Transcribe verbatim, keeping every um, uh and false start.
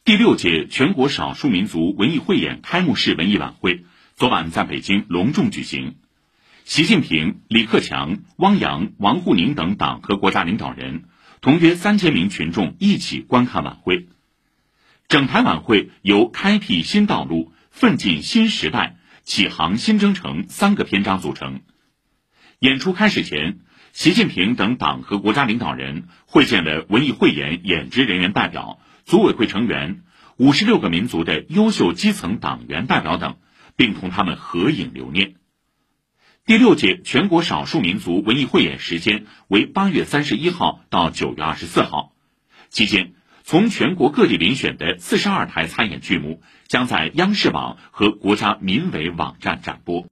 第六届全国少数民族文艺汇演开幕式文艺晚会昨晚在北京隆重举行。习近平、李克强、汪洋、王沪宁等党和国家领导人同约三千名群众一起观看晚会。整台晚会由开辟新道路、奋进新时代、启航新征程三个篇章组成。演出开始前，习近平等党和国家领导人会见了文艺汇演演职人员代表、组委会成员、五十六个民族的优秀基层党员代表等，并同他们合影留念。第六届全国少数民族文艺汇演时间为八月三十一号到九月二十四号，期间从全国各地遴选的四十二台参演剧目将在央视网和国家民委网站展播。